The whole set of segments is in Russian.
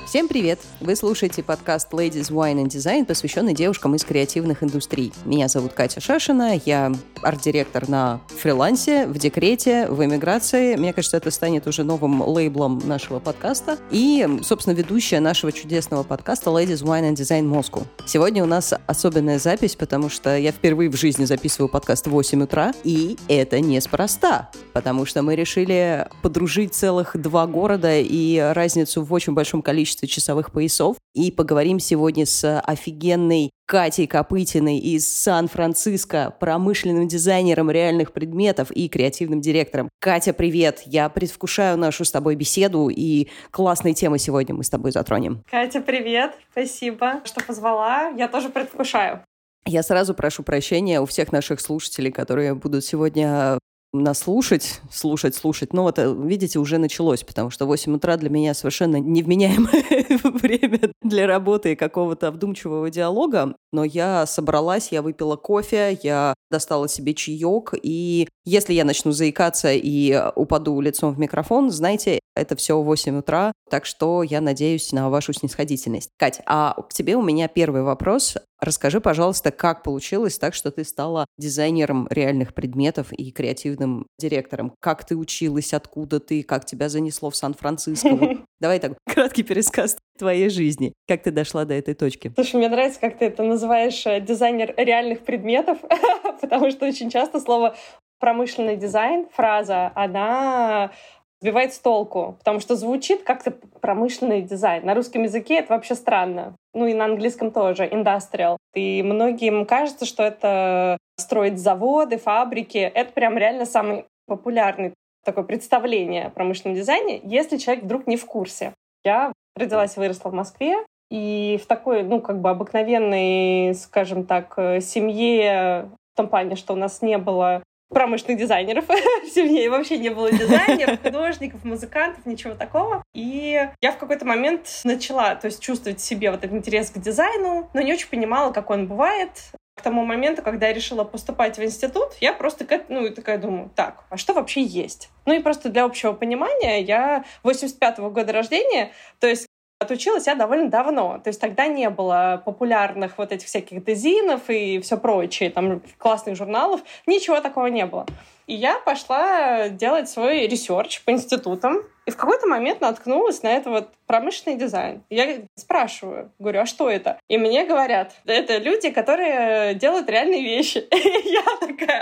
Всем привет! Вы слушаете подкаст Ladies Wine and Design, посвященный девушкам из креативных индустрий. Меня зовут Катя Шашина, я арт-директор на фрилансе, в декрете, в эмиграции. Мне кажется, это станет уже новым лейблом нашего подкаста. И, собственно, ведущая нашего чудесного подкаста Ladies Wine and Design Moscow. Сегодня у нас особенная запись, потому что я впервые в жизни записываю подкаст в 8 утра, и это неспроста, потому что мы решили подружить целых 2 города и разницу в очень большом количестве часовых поясов. И поговорим сегодня с офигенной Катей Копытиной из Сан-Франциско, промышленным дизайнером реальных предметов и креативным директором. Катя, привет! Я предвкушаю нашу с тобой беседу, и классные темы сегодня мы с тобой затронем. Катя, привет! Спасибо, что позвала. Я тоже предвкушаю. Я сразу прошу прощения у всех наших слушателей, которые будут сегодня нас слушать. Ну вот, видите, уже началось, потому что 8 утра для меня совершенно невменяемое время для работы и какого-то вдумчивого диалога. Но я собралась, я выпила кофе, я достала себе чаек, и если я начну заикаться и упаду лицом в микрофон, знаете, это все в 8 утра, так что я надеюсь на вашу снисходительность. Кать, а к тебе у меня первый вопрос. Расскажи, пожалуйста, как получилось так, что ты стала дизайнером реальных предметов и креативным директором? Как ты училась, откуда ты, как тебя занесло в Сан-Франциско? Вот, давай так, краткий пересказ твоей жизни. Как ты дошла до этой точки? Слушай, мне нравится, как ты это называешь, дизайнер реальных предметов, потому что очень часто слово «промышленный дизайн», фраза, она сбивает с толку, потому что звучит как-то промышленный дизайн. На русском языке это вообще странно. Ну и на английском тоже, industrial. И многим кажется, что это строить заводы, фабрики. Это прям реально самый популярный такое представление о промышленном дизайне, если человек вдруг не в курсе. Я родилась и выросла в Москве, и в такой, обыкновенной, скажем так, семье, в том плане, что у нас не было промышленных дизайнеров в семье, и вообще не было дизайнеров, художников, музыкантов, ничего такого. И я в какой-то момент начала, чувствовать в себе вот этот интерес к дизайну, но не очень понимала, как он бывает. К тому моменту, когда я решила поступать в институт, я просто такая думаю, так, а что вообще есть? Ну и просто для общего понимания, я 85-го года рождения, то есть отучилась я довольно давно. То есть тогда не было популярных вот этих всяких дезинов и все прочее, там классных журналов. Ничего такого не было. И я пошла делать свой ресерч по институтам. И в какой-то момент наткнулась на это вот промышленный дизайн. Я спрашиваю, говорю, а что это? И мне говорят, это люди, которые делают реальные вещи. И я такая,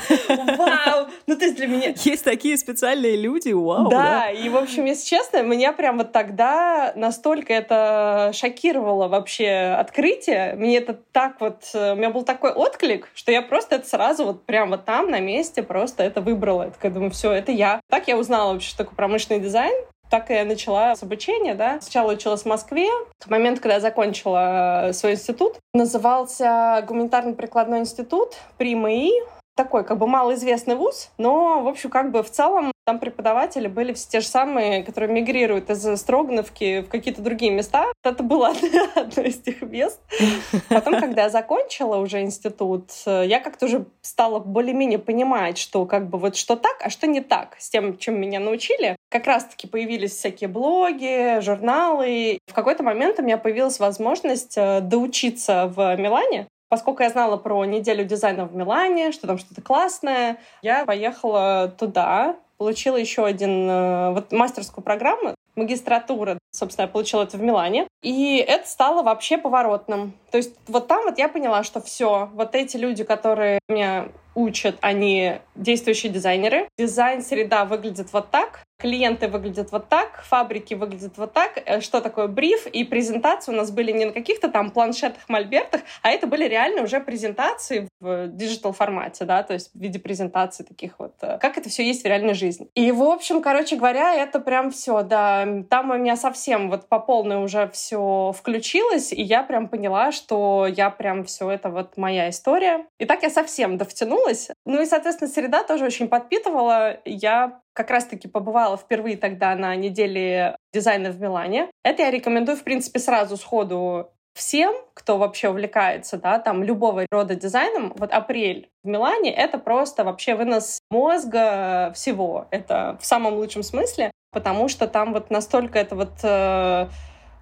вау! Ну, то есть для меня... Есть такие специальные люди, вау! Да, и, в общем, если честно, меня прям вот тогда настолько это шокировало вообще открытие. Мне это так вот... У меня был такой отклик, что я просто это сразу вот прямо там, на месте, просто это выбрала. Я такая думаю, все, это я. Так я узнала вообще, что такое промышленный дизайн. Так и я начала с обучения, да. Сначала училась в Москве. В момент, когда я закончила свой институт, назывался Гуманитарный прикладной институт при МАИ. Такой малоизвестный вуз, но, в общем, в целом там преподаватели были все те же самые, которые мигрируют из Строгановки в какие-то другие места. Это было одно из тех мест. Потом, когда я закончила уже институт, я как-то уже стала более-менее понимать, что что так, а что не так с тем, чем меня научили. Как раз-таки появились всякие блоги, журналы. В какой-то момент у меня появилась возможность доучиться в Милане. Поскольку я знала про неделю дизайна в Милане, что там что-то классное, я поехала туда, получила еще мастерскую программу, магистратура, собственно, я получила это в Милане. И это стало вообще поворотным. То есть вот там я поняла, что все, вот эти люди, которые меня учат, они действующие дизайнеры. Дизайн-среда выглядит вот так, клиенты выглядят вот так, фабрики выглядят вот так. Что такое бриф? И презентации у нас были не на каких-то там планшетах, мольбертах, а это были реально уже презентации в диджитал-формате, да, то есть в виде презентаций таких вот, как это все есть в реальной жизни. И, в общем, короче говоря, это прям все, да, там у меня совсем по полной уже все включилось, и я прям поняла, что я прям все это моя история. И так я совсем довтянулась. Ну и, соответственно, среда тоже очень подпитывала. Я как раз-таки побывала впервые тогда на неделе дизайна в Милане. Это я рекомендую, в принципе, сразу сходу всем, кто вообще увлекается, да, там, любого рода дизайном. Апрель в Милане — это просто вообще вынос мозга всего. Это в самом лучшем смысле, потому что там настолько это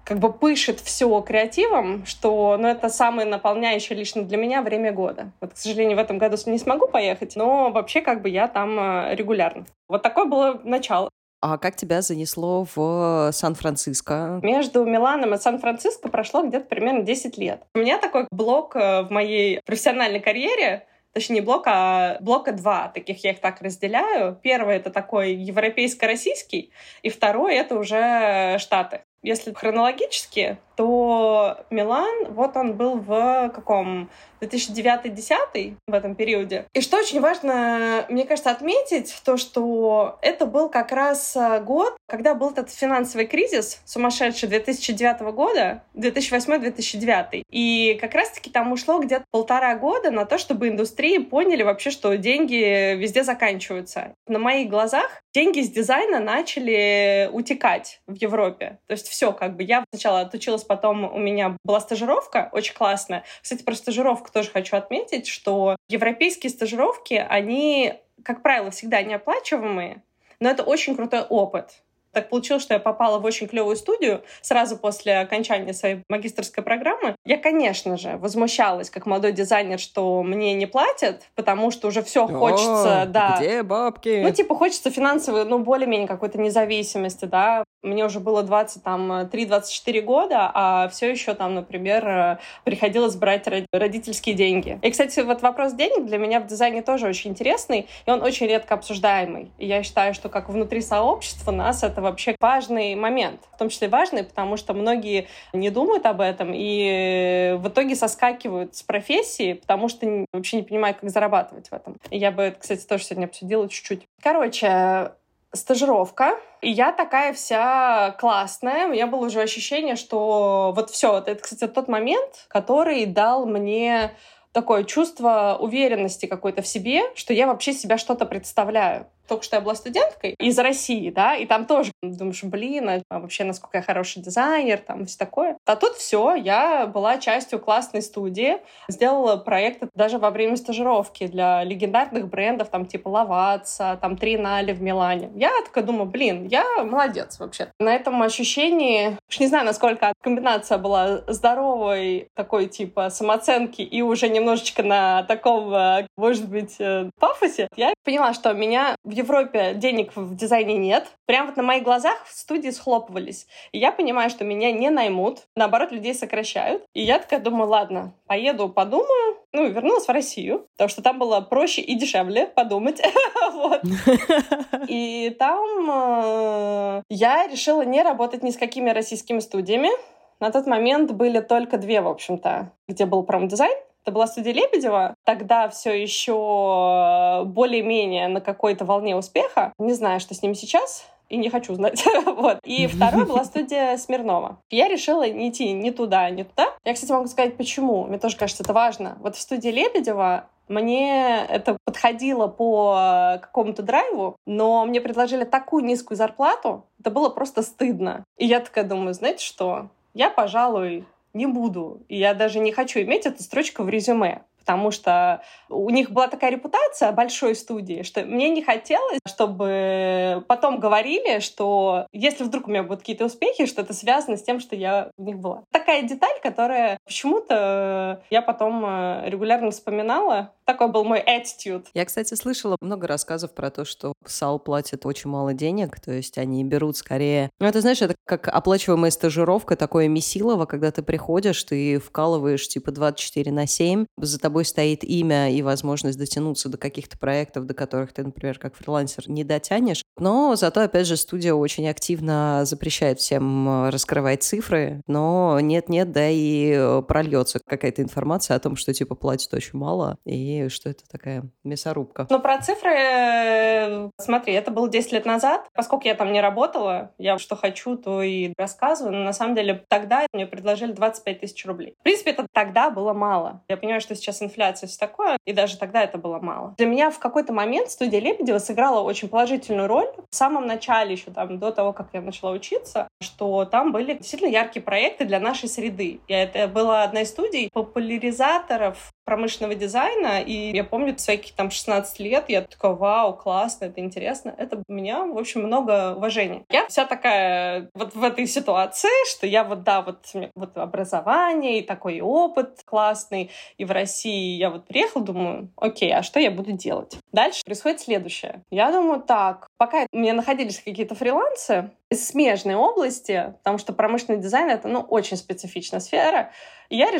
как бы пышет все креативом, что, ну, это самое наполняющее лично для меня время года. Вот, к сожалению, в этом году не смогу поехать, но вообще как бы я там регулярно. Вот такое было начало. А как тебя занесло в Сан-Франциско? Между Миланом и Сан-Франциско прошло где-то примерно 10 лет. У меня такой блок в моей профессиональной карьере, точнее, не блок, а блока 2. Таких я их так разделяю. Первый — это такой европейско-российский, и второй — это уже Штаты. Если хронологически, то Милан, вот он был в каком 2009-2010 в этом периоде. И что очень важно, мне кажется, отметить, то, что это был как раз год, когда был этот финансовый кризис сумасшедший 2009 года, 2008-2009. И как раз-таки там ушло где-то 1,5 года на то, чтобы индустрии поняли вообще, что деньги везде заканчиваются. На моих глазах деньги с дизайна начали утекать в Европе. То есть все, как бы я сначала отучилась, потом у меня была стажировка очень классная. Кстати, про стажировку тоже хочу отметить, что европейские стажировки, они, как правило, всегда неоплачиваемые, но это очень крутой опыт. Так получилось, что я попала в очень клевую студию сразу после окончания своей магистерской программы. Я, конечно же, возмущалась как молодой дизайнер, что мне не платят, потому что уже все хочется, да. Где бабки? Ну, типа, хочется финансовой, ну, более-менее какой-то независимости, да. Мне уже было 23-24 года, а все еще там, например, приходилось брать родительские деньги. И, кстати, вот вопрос денег для меня в дизайне тоже очень интересный, и он очень редко обсуждаемый. И я считаю, что как внутри сообщества нас это вообще важный момент. В том числе важный, потому что многие не думают об этом и в итоге соскакивают с профессии, потому что вообще не понимают, как зарабатывать в этом. И я бы это, кстати, тоже сегодня обсудила чуть-чуть. Короче, стажировка. И я такая вся классная. У меня было уже ощущение, что вот все. Это, кстати, тот момент, который дал мне такое чувство уверенности какой-то в себе, что я вообще себя что-то представляю. Только что я была студенткой из России, да, и там тоже думаешь, блин, а вообще насколько я хороший дизайнер, там все такое. А тут все, я была частью классной студии, сделала проекты даже во время стажировки для легендарных брендов, там типа Лаваца, там Триеннале в Милане. Я такая думаю, блин, я молодец вообще. На этом ощущении, уж не знаю, насколько комбинация была здоровой, такой типа самооценки и уже немножечко на таком, может быть, пафосе, я поняла, что меня в Европе денег в дизайне нет. Прямо вот на моих глазах в студии схлопывались. И я понимаю, что меня не наймут. Наоборот, людей сокращают. И я такая думаю, ладно, поеду, подумаю. Ну, и вернулась в Россию, потому что там было проще и дешевле подумать. И там я решила не работать ни с какими российскими студиями. На тот момент были только 2, в общем-то, где был промдизайн. Это была студия Лебедева. Тогда все еще более-менее на какой-то волне успеха. Не знаю, что с ними сейчас, и не хочу знать. Вот. И второй была студия Смирнова. Я решила не идти ни туда, ни туда. Я, кстати, могу сказать, почему. Мне тоже кажется, это важно. Вот в студии Лебедева мне это подходило по какому-то драйву, но мне предложили такую низкую зарплату, это было просто стыдно. И я такая думаю, знаете что? Я, пожалуй, не буду. И я даже не хочу иметь эту строчку в резюме. Потому что у них была такая репутация большой студии, что мне не хотелось, чтобы потом говорили, что если вдруг у меня будут какие-то успехи, что это связано с тем, что я у них была. Такая деталь, которая почему-то я потом регулярно вспоминала. Такой был мой attitude. Я, кстати, слышала много рассказов про то, что САУ платит очень мало денег, то есть они берут скорее... Ну, это, знаешь, это как оплачиваемая стажировка, такое месилово, когда ты приходишь, ты вкалываешь типа 24/7, за тобой стоит имя и возможность дотянуться до каких-то проектов, до которых ты, например, как фрилансер не дотянешь. Но зато, опять же, студия очень активно запрещает всем раскрывать цифры, но нет-нет, да и прольется какая-то информация о том, что типа платят очень мало, и что это такая мясорубка. Ну, про цифры, смотри, это было 10 лет назад. Поскольку я там не работала, я что хочу, то и рассказываю, но на самом деле тогда мне предложили 25 тысяч рублей. В принципе, это тогда было мало. Я понимаю, что сейчас инфляция и все такое, и даже тогда это было мало. Для меня в какой-то момент студия Лебедева сыграла очень положительную роль. В самом начале, еще там, до того, как я начала учиться, что там были действительно яркие проекты для нашей среды. И это была одна из студий популяризаторов промышленного дизайна, и я помню, всяких там 16 лет, я такая, вау, классно, это интересно. Это у меня, в общем, много уважения. Я вся такая вот в этой ситуации, что я вот образование и такой опыт классный, и в России я вот приехала, думаю, окей, а что я буду делать? Дальше происходит следующее. Я думаю, так, пока у меня находились какие-то фрилансы из смежной области, потому что промышленный дизайн — это, очень специфичная сфера, и я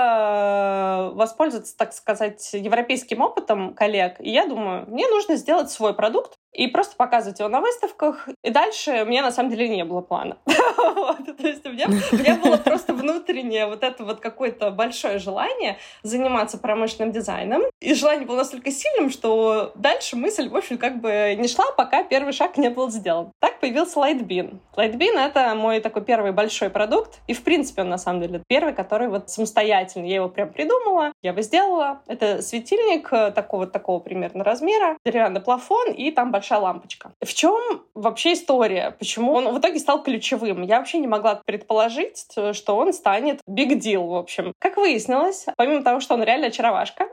решила воспользоваться, так сказать, европейским опытом коллег. И я думаю, мне нужно сделать свой продукт и просто показывать его на выставках. И дальше у меня, на самом деле, не было плана. То есть у меня было просто внутреннее вот это вот какое-то большое желание заниматься промышленным дизайном. И желание было настолько сильным, что дальше мысль, в общем, как бы не шла, пока первый шаг не был сделан. Так появился Lightbean. Lightbean — это мой такой первый большой продукт. И, в принципе, он, на самом деле, первый, который вот самостоятельно. Я его прям придумала, я его сделала. Это светильник такого примерно размера, деревянный плафон и там большая лампочка. В чем вообще история? Почему он в итоге стал ключевым? Я вообще не могла предположить, что он станет big deal, в общем. Как выяснилось, помимо того, что он реально очаровашка,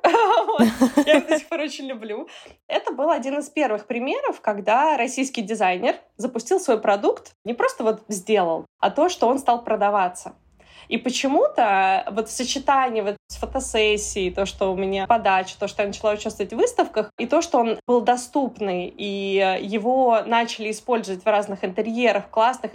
я его до сих пор очень люблю, это был один из первых примеров, когда российский дизайнер запустил свой продукт, не просто вот сделал, а то, что он стал продаваться. И почему-то вот в сочетании вот с фотосессией, то, что у меня подача, то, что я начала участвовать в выставках, и то, что он был доступный, и его начали использовать в разных интерьерах,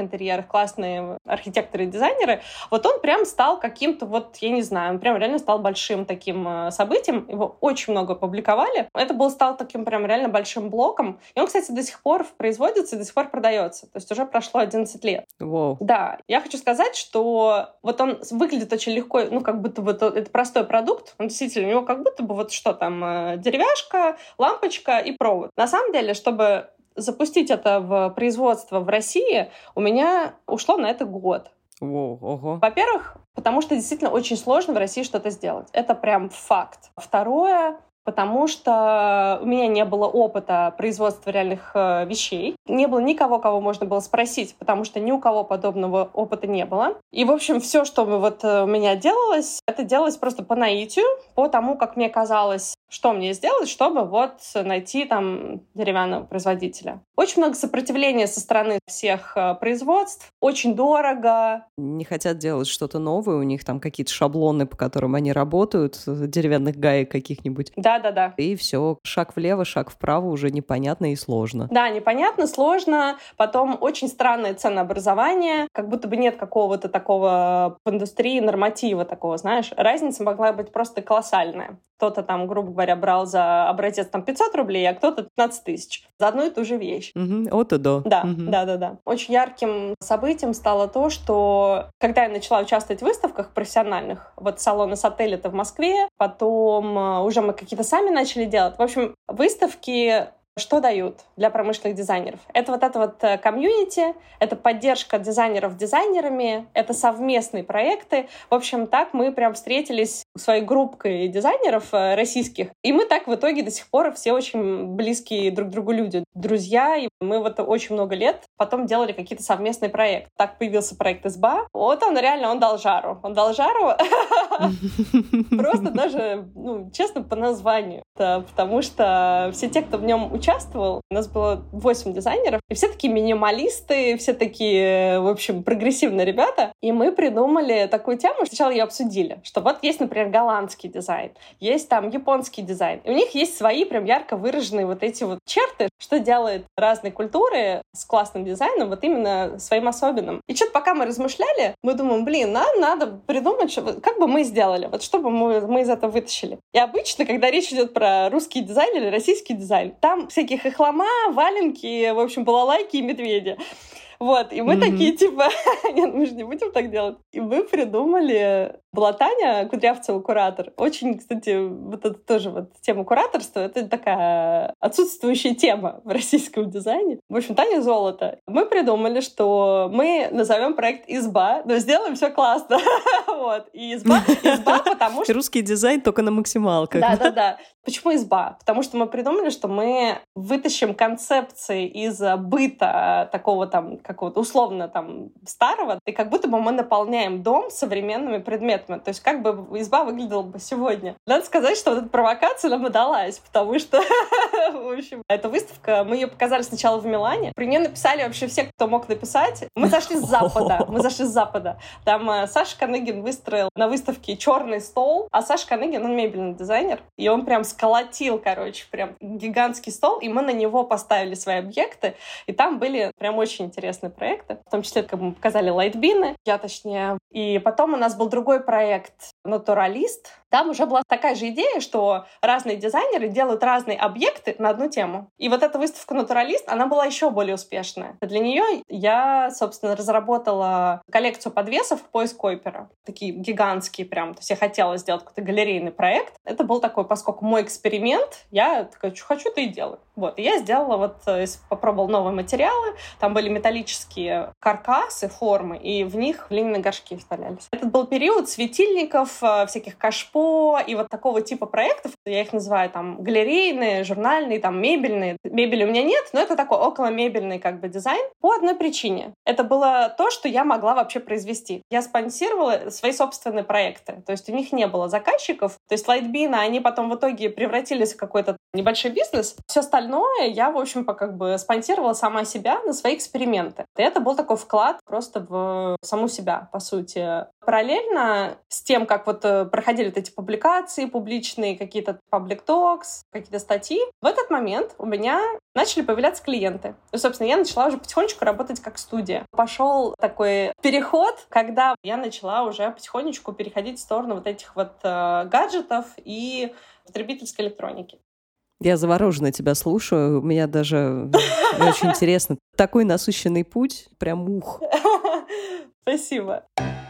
классные архитекторы и дизайнеры, вот он прям стал каким-то вот, я не знаю, он прям реально стал большим таким событием. Его очень много публиковали. Это стал таким прям реально большим блоком. И он, кстати, до сих пор производится и до сих пор продается. То есть уже прошло 11 лет. Wow. Да. Я хочу сказать, что вот он выглядит очень легко, как будто вот это простой продукт. Он действительно, у него как будто бы вот что там, деревяшка, лампочка и провод. На самом деле, чтобы запустить это в производство в России, у меня ушло на это год. Ого. Во-первых, потому что действительно очень сложно в России что-то сделать. Это прям факт. Второе, потому что у меня не было опыта производства реальных вещей. Не было никого, кого можно было спросить, потому что ни у кого подобного опыта не было. И, в общем, все, что у меня делалось, это делалось просто по наитию, по тому, как мне казалось, что мне сделать, чтобы вот найти там деревянного производителя. Очень много сопротивления со стороны всех производств. Очень дорого. Не хотят делать что-то новое, у них там какие-то шаблоны, по которым они работают, деревянных гаек каких-нибудь. Да. И все, шаг влево, шаг вправо уже непонятно и сложно. Да, непонятно, сложно. Потом очень странное ценообразование. Как будто бы нет какого-то такого в индустрии норматива такого, знаешь. Разница могла быть просто колоссальная. Кто-то там, грубо говоря, брал за образец там 500 рублей, а кто-то 15 тысяч за одну и ту же вещь. От и до. Да. Очень ярким событием стало то, что когда я начала участвовать в выставках профессиональных, вот салоны Сателлита в Москве, потом уже мы какие-то сами начали делать. В общем, выставки что дают для промышленных дизайнеров? Это комьюнити, это поддержка дизайнеров дизайнерами, это совместные проекты. В общем, так мы прям встретились своей группкой дизайнеров российских, и мы так в итоге до сих пор все очень близкие друг другу люди, друзья, и мы вот очень много лет потом делали какие-то совместные проекты. Так появился проект «Изба». Вот он реально, он дал жару. Просто даже, честно, по названию. Потому что все те, кто в нем участвовал, у нас было 8 дизайнеров, и все такие минималисты, все такие, в общем, прогрессивные ребята. И мы придумали такую тему, сначала ее обсудили, что вот есть, например, голландский дизайн, есть там японский дизайн, и у них есть свои прям ярко выраженные вот эти вот черты, что делает разные культуры с классным дизайном, вот именно своим особенным. И что-то пока мы размышляли, мы думаем, нам надо придумать, как бы мы сделали, вот чтобы мы из этого вытащили. И обычно, когда речь идет про русский дизайн или российский дизайн, там всякие хохлома, валенки, в общем, балалайки и медведи. Вот, и мы такие, типа, нет, мы же не будем так делать. И мы придумали... Была Таня Кудрявцева, куратор. Очень, кстати, вот это тоже вот тема кураторства, это такая отсутствующая тема в российском дизайне. В общем, Таня золото. Мы придумали, что мы назовем проект «Изба», но сделаем все классно. Вот. И изба, потому что... Русский дизайн только на максималках. Да. Почему «Изба»? Потому что мы придумали, что мы вытащим концепции из быта такого там, какого-то условно там старого, и как будто бы мы наполняем дом современными предметами. портретами. То есть как бы изба выглядела бы сегодня. Надо сказать, что вот эта провокация нам удалась, потому что, в общем, эта выставка, мы ее показали сначала в Милане. При ней написали вообще все, кто мог написать. Мы зашли с запада. Там Саша Каныгин выстроил на выставке черный стол, а Саша Каныгин, он мебельный дизайнер, и он прям сколотил, прям гигантский стол, и мы на него поставили свои объекты, и там были прям очень интересные проекты, в том числе, как мы показали, лайтбины, и потом у нас был другой проект «Натуралист». Там уже была такая же идея, что разные дизайнеры делают разные объекты на одну тему. И вот эта выставка «Натуралист», она была еще более успешная. Для нее я, собственно, разработала коллекцию подвесов «Поиск Койпера». Такие гигантские прям. То есть я хотела сделать какой-то галерейный проект. Это был такой, поскольку мой эксперимент, я такая, что хочу, то и делаю. Вот. И я сделала попробовала новые материалы. Там были металлические каркасы, формы, и в них глиняные горшки вставлялись. Это был период светильников, всяких кашпо и вот такого типа проектов. Я их называю там галерейные, журнальные, там мебельные. Мебели у меня нет, но это такой околомебельный как бы дизайн по одной причине. Это было то, что я могла вообще произвести. Я спонсировала свои собственные проекты. То есть у них не было заказчиков. То есть лайтбины, они потом в итоге превратились в какой-то небольшой бизнес. Все остальное я, в общем, как бы спонсировала сама себя на свои эксперименты. И это был такой вклад просто в саму себя, по сути. Параллельно с тем, как вот проходили вот эти публикации публичные, какие-то public talks, какие-то статьи, в этот момент у меня начали появляться клиенты. И, собственно, я начала уже потихонечку работать как студия. Пошел такой переход, когда я начала уже потихонечку переходить в сторону вот этих вот гаджетов и потребительской электроники. Я завороженно тебя слушаю. У меня даже очень интересно. Такой насыщенный путь, прям ух. Спасибо.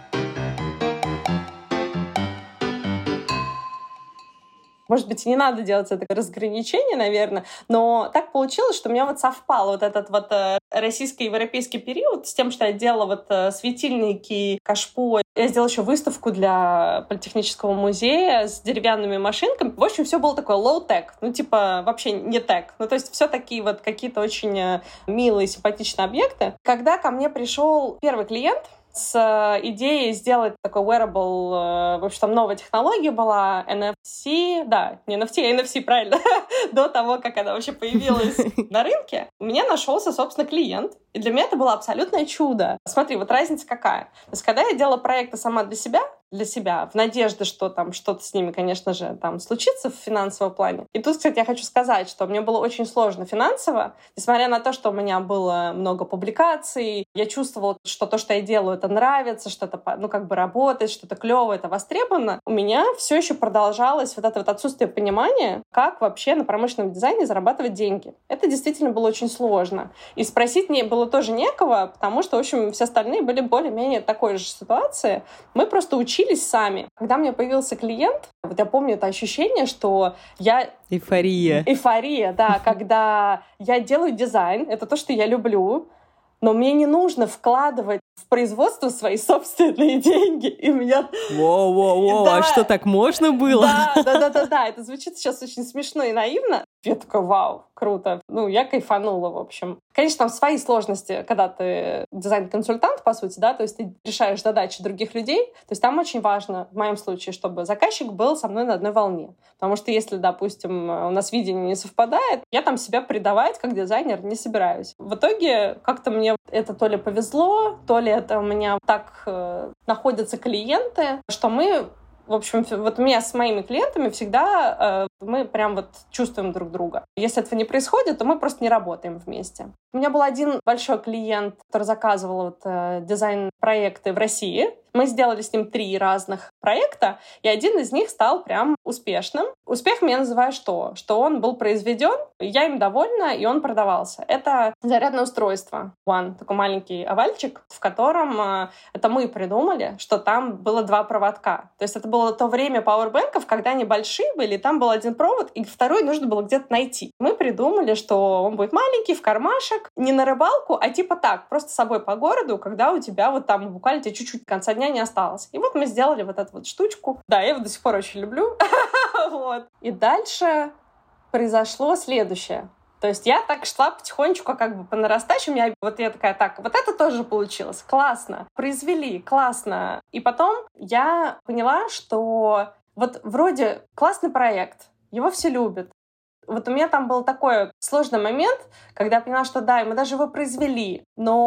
Может быть, и не надо делать это разграничение, наверное, но так получилось, что у меня вот совпал вот этот вот российско-европейский период с тем, что я делала вот светильники, кашпо. Я сделала еще выставку для Политехнического музея с деревянными машинками. В общем, все было такое low-tech, вообще не tech. То есть все такие вот какие-то очень милые, симпатичные объекты. Когда ко мне пришел первый клиент с идеей сделать такой wearable, в общем, там новая технология была, NFC, да, не NFT, а NFC, правильно, до того, как она вообще появилась на рынке, у меня нашелся, собственно, клиент, и для меня это было абсолютное чудо. Смотри, вот разница какая. То есть, когда я делала проекты сама для себя, в надежде, что там что-то с ними, конечно же, там случится в финансовом плане. И тут, кстати, я хочу сказать, что мне было очень сложно финансово, несмотря на то, что у меня было много публикаций, я чувствовала, что то, что я делаю, это нравится, что это, работает, что это клево, это востребовано. У меня все еще продолжалось вот это вот отсутствие понимания, как вообще на промышленном дизайне зарабатывать деньги. Это действительно было очень сложно. И спросить мне было тоже некого, потому что, в общем, все остальные были более-менее такой же ситуации. Мы просто учились сами. Когда у меня появился клиент, вот я помню это ощущение, что я... Эйфория, да, когда я делаю дизайн, это то, что я люблю, но мне не нужно вкладывать в производство свои собственные деньги. И у меня... Воу-воу-воу, да. А что, так можно было? Да, это звучит сейчас очень смешно и наивно. Я такая, вау, круто. Я кайфанула, в общем. Конечно, там свои сложности, когда ты дизайн-консультант, по сути, да, то есть ты решаешь задачи других людей. То есть там очень важно, в моем случае, чтобы заказчик был со мной на одной волне. Потому что если, допустим, у нас видение не совпадает, я там себя предавать как дизайнер не собираюсь. В итоге как-то мне это то ли повезло, то ли это у меня так находятся клиенты, что мы... В общем, вот у меня с моими клиентами всегда мы прям вот чувствуем друг друга. Если этого не происходит, то мы просто не работаем вместе. У меня был один большой клиент, который заказывал дизайн-проекты в России. Мы сделали с ним 3 разных проекта, и один из них стал прям успешным. Успехом я называю что? Что он был произведен, я им довольна, и он продавался. Это зарядное устройство One, такой маленький овальчик, в котором это мы придумали, что там было 2 проводка. То есть это было то время пауэрбэнков, когда они большие были, и там был один провод, и второй нужно было где-то найти. Мы придумали, что он будет маленький, в кармашек, не на рыбалку, а типа так, просто с собой по городу, когда у тебя вот там буквально тебе чуть-чуть до конца дня не осталось. И вот мы сделали вот эту вот штучку. Да, я его до сих пор очень люблю. Вот. И дальше произошло следующее. То есть я так шла потихонечку как бы по нарастающей. У меня вот я такая, так, вот это тоже получилось. Классно. Произвели. Классно. И потом я поняла, что вот вроде классный проект. Его все любят. Вот у меня там был такой сложный момент, когда я поняла, что да, мы даже его произвели,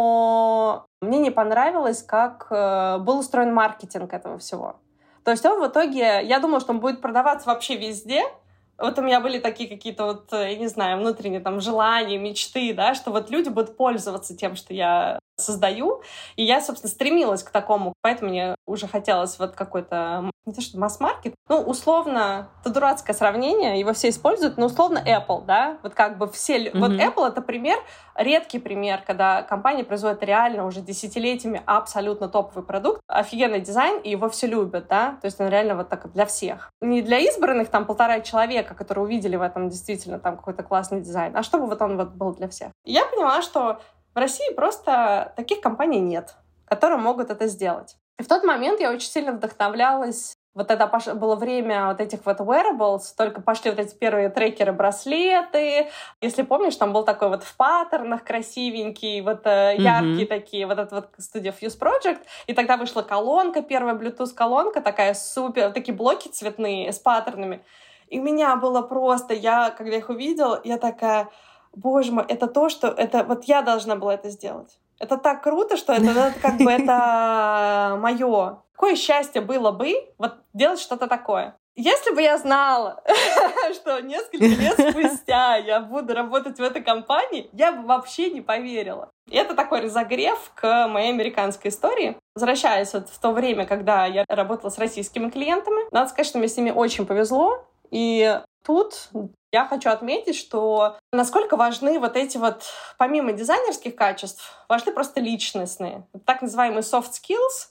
но мне не понравилось, как был устроен маркетинг этого всего. То есть он в итоге, я думала, что он будет продаваться вообще везде. Вот у меня были такие какие-то вот, я не знаю, внутренние там желания, мечты, да, что вот люди будут пользоваться тем, что я создаю. И я, собственно, стремилась к такому. Поэтому мне уже хотелось вот какой-то, не то что масс-маркет, ну, условно, это дурацкое сравнение, его все используют, но условно Apple, да, вот как бы все... Mm-hmm. Вот Apple — это пример, редкий пример, когда компания производит реально уже десятилетиями абсолютно топовый продукт, офигенный дизайн, и его все любят, да, то есть он реально вот так для всех. Не для избранных, там, 1,5 человека, которые увидели в этом действительно там какой-то классный дизайн, а чтобы вот он вот был для всех. И я поняла, что в России просто таких компаний нет, которые могут это сделать. И в тот момент я очень сильно вдохновлялась. Вот это было время вот этих вот wearables, только пошли вот эти первые трекеры, браслеты. Если помнишь, там был такой вот в паттернах красивенький, вот яркие такие, вот эта вот студия Fuse Project. И тогда вышла колонка, первая Bluetooth-колонка, такая супер, такие блоки цветные с паттернами. И у меня было просто, когда их увидела, я такая... Боже мой, это то, что... Это вот я должна была это сделать. Это так круто, что это как бы это мое. Какое счастье было бы вот делать что-то такое. Если бы я знала, что несколько лет спустя я буду работать в этой компании, я бы вообще не поверила. И это такой разогрев к моей американской истории. Возвращаясь вот в то время, когда я работала с российскими клиентами, надо сказать, что мне с ними очень повезло. И тут я хочу отметить, что насколько важны вот эти вот, помимо дизайнерских качеств, важны просто личностные, так называемые soft skills,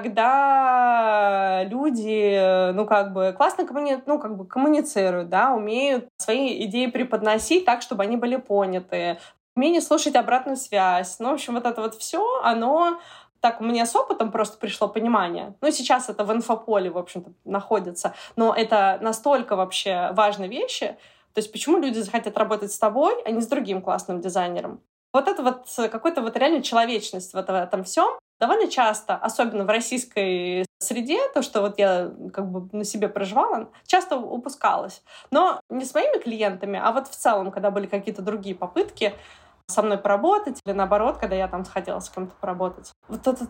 когда люди, классно коммуницируют, да, умеют свои идеи преподносить так, чтобы они были поняты, умение слушать обратную связь. Ну, в общем, вот это вот все, оно... Так, мне с опытом просто пришло понимание. Ну, сейчас это в инфополе, в общем-то, находится. Но это настолько вообще важные вещи. То есть почему люди захотят работать с тобой, а не с другим классным дизайнером? Вот это вот какая-то вот реально человечность в этом всем. Довольно часто, особенно в российской среде, то, что вот я как бы на себе проживала, часто упускалось. Но не с моими клиентами, а вот в целом, когда были какие-то другие попытки со мной поработать, или наоборот, когда я там сходила с кем-то поработать. Вот этот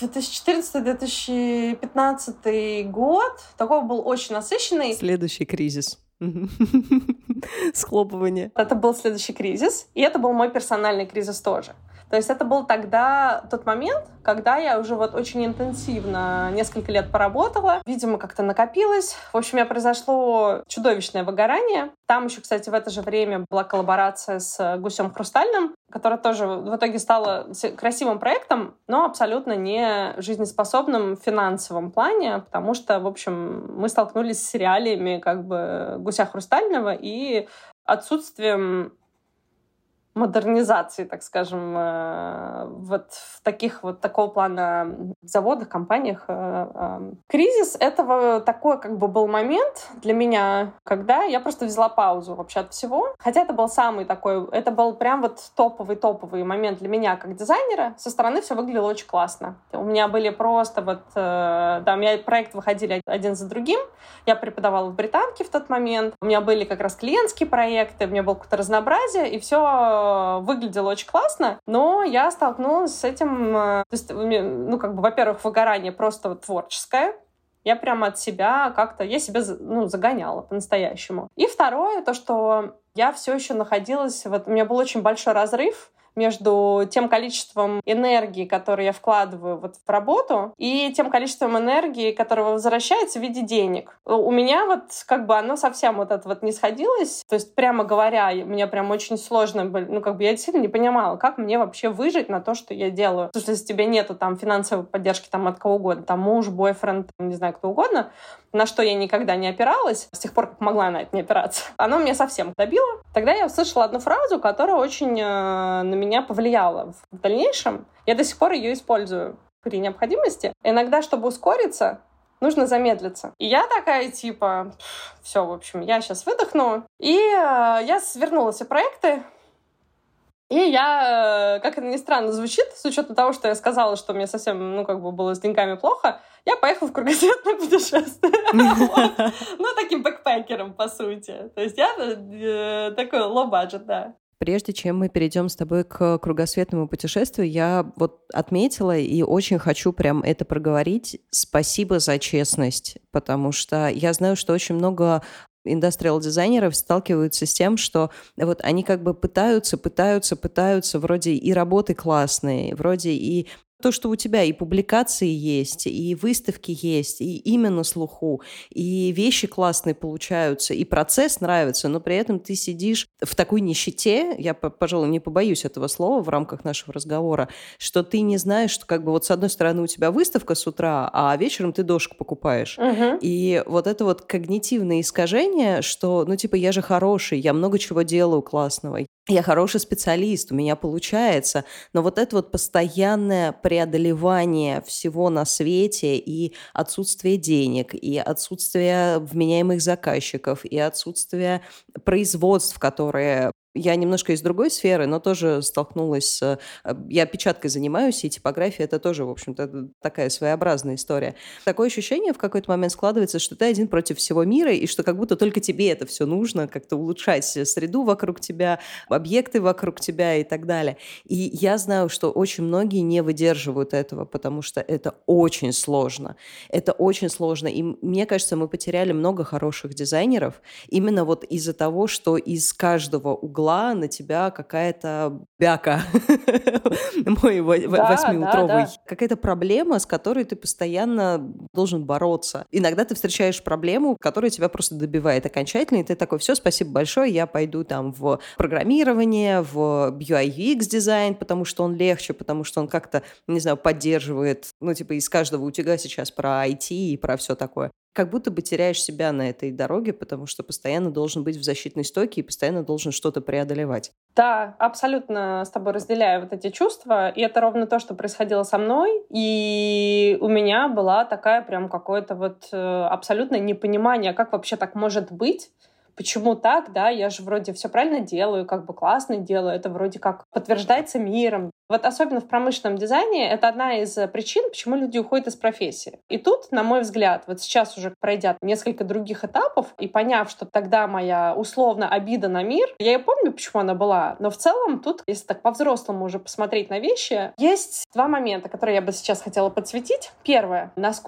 2014-2015 год такой был очень насыщенный. Следующий кризис. Схлопывание. Это был следующий кризис, и это был мой персональный кризис тоже. То есть это был тогда тот момент, когда я уже вот очень интенсивно несколько лет поработала. Видимо, как-то накопилось. В общем, у меня произошло чудовищное выгорание. Там еще, кстати, в это же время была коллаборация с Гусем Хрустальным, которая тоже в итоге стала красивым проектом, но абсолютно не жизнеспособным в финансовом плане, потому что, в общем, мы столкнулись с реалиями как бы Гуся Хрустального и отсутствием модернизации, так скажем, вот в таких вот такого плана заводах, компаниях. Кризис этого такой как бы был момент для меня, когда я просто взяла паузу вообще от всего. Хотя это был самый такой, это был прям вот топовый момент для меня как дизайнера. Со стороны все выглядело очень классно. У меня были просто вот, да, у меня проекты выходили один за другим. Я преподавала в Британке в тот момент. У меня были как раз клиентские проекты, у меня было какое-то разнообразие, и все выглядело очень классно, но я столкнулась с этим, то есть, ну, как бы, во-первых, выгорание просто вот творческое, я прямо от себя как-то, я себя, ну, загоняла по-настоящему. И второе, то, что я все еще находилась, вот у меня был очень большой разрыв между тем количеством энергии, которое я вкладываю вот в работу, и тем количеством энергии, которое возвращается в виде денег. У меня вот как бы оно совсем вот это вот не сходилось. То есть, прямо говоря, мне прям очень сложно было, ну как бы я действительно не понимала, как мне вообще выжить на то, что я делаю. Потому что если тебе нету там финансовой поддержки там от кого угодно, там муж, бойфренд, не знаю, кто угодно, на что я никогда не опиралась, с тех пор, как могла на это не опираться, оно меня совсем добило. Тогда я услышала одну фразу, которая очень на меня повлияла в дальнейшем. Я до сих пор ее использую при необходимости. Иногда, чтобы ускориться, нужно замедлиться. И я такая, типа, все, в общем, я сейчас выдохну. И я свернула все проекты, И я, как это ни странно звучит, с учетом того, что я сказала, что мне совсем, было с деньгами плохо, я поехала в кругосветное путешествие. Ну, таким бэкпекером, по сути. То есть я такой low-budget, да. Прежде чем мы перейдем с тобой к кругосветному путешествию, я вот отметила и очень хочу прям это проговорить. Спасибо за честность, потому что я знаю, что очень много индастриал-дизайнеров сталкиваются с тем, что вот они как бы пытаются, вроде и работы классные, вроде и то, что у тебя и публикации есть, и выставки есть, и имя на слуху, и вещи классные получаются, и процесс нравится, но при этом ты сидишь в такой нищете, я, пожалуй, не побоюсь этого слова в рамках нашего разговора, что ты не знаешь, что как бы вот с одной стороны у тебя выставка с утра, а вечером ты дошку покупаешь. И вот это вот когнитивное искажение, что, я же хороший, я много чего делаю классного, я хороший специалист, у меня получается, но вот это вот постоянное преодолевание всего на свете и отсутствие денег, и отсутствие вменяемых заказчиков, и отсутствие производств, которые... Я немножко из другой сферы, но тоже столкнулась с... Я печаткой занимаюсь, и типография — это тоже, в общем-то, такая своеобразная история. Такое ощущение в какой-то момент складывается, что ты один против всего мира, и что как будто только тебе это все нужно, как-то улучшать среду вокруг тебя, объекты вокруг тебя и так далее. И я знаю, что очень многие не выдерживают этого, потому что это очень сложно. Это очень сложно. И мне кажется, мы потеряли много хороших дизайнеров именно вот из-за того, что из каждого угла на тебя какая-то бяка, мой восьмиутровый, какая-то проблема, с которой ты постоянно должен бороться. Иногда ты встречаешь проблему, которая тебя просто добивает окончательно, и ты такой: все, спасибо большое, я пойду там в программирование, в UI UX дизайн, потому что он легче, потому что он как-то, не знаю, поддерживает, из каждого утюга сейчас про IT и про все такое. Как будто бы теряешь себя на этой дороге, потому что постоянно должен быть в защитной стойке и постоянно должен что-то преодолевать. Да, абсолютно с тобой разделяю вот эти чувства. И это ровно то, что происходило со мной. И у меня была такая прям какое-то вот абсолютное непонимание, как вообще так может быть. Почему так, да, я же вроде все правильно делаю, как бы классно делаю, это вроде как подтверждается миром. Вот особенно в промышленном дизайне это одна из причин, почему люди уходят из профессии. И тут, на мой взгляд, вот сейчас уже пройдя несколько других этапов и поняв, что тогда моя условно обида на мир, я и помню, почему она была, но в целом тут, если так по-взрослому уже посмотреть на вещи, есть два момента, которые я бы сейчас хотела подсветить. Первое.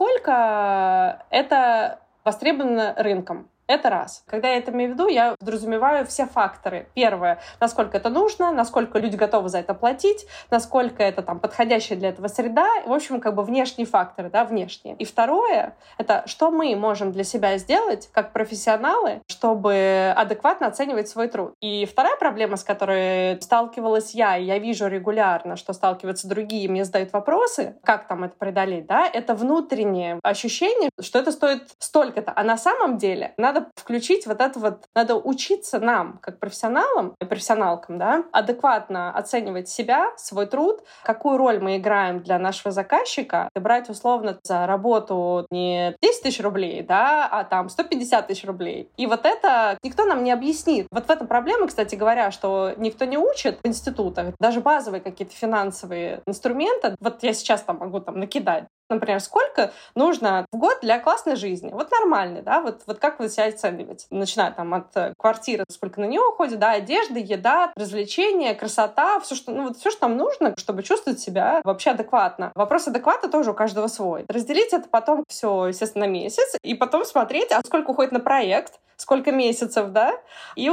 Насколько это востребовано рынком. Это раз. Когда я это имею в виду, я подразумеваю все факторы. Первое, насколько это нужно, насколько люди готовы за это платить, насколько это там подходящая для этого среда. В общем, как бы внешние факторы, да, внешние. И второе, это что мы можем для себя сделать как профессионалы, чтобы адекватно оценивать свой труд. И вторая проблема, с которой сталкивалась я, и я вижу регулярно, что сталкиваются другие, мне задают вопросы, как там это преодолеть, да, это внутреннее ощущение, что это стоит столько-то. А на самом деле надо включить вот это вот, надо учиться нам, как профессионалам и профессионалкам, да, адекватно оценивать себя, свой труд, какую роль мы играем для нашего заказчика, и брать условно за работу не 10 тысяч рублей, да, а там 150 тысяч рублей. И вот это никто нам не объяснит. Вот в этом проблема, кстати говоря, что никто не учит в институтах, даже базовые какие-то финансовые инструменты. Вот я сейчас там могу там накидать. Например, сколько нужно в год для классной жизни? Вот нормальный, да, вот как вы себя оцениваете? Начиная там от квартиры, сколько на нее уходит, да, одежда, еда, развлечения, красота, все, что, все, что нам нужно, чтобы чувствовать себя вообще адекватно. Вопрос адеквата тоже у каждого свой. Разделить это потом все, естественно, на месяц, и потом смотреть, а сколько уходит на проект, сколько месяцев, да, и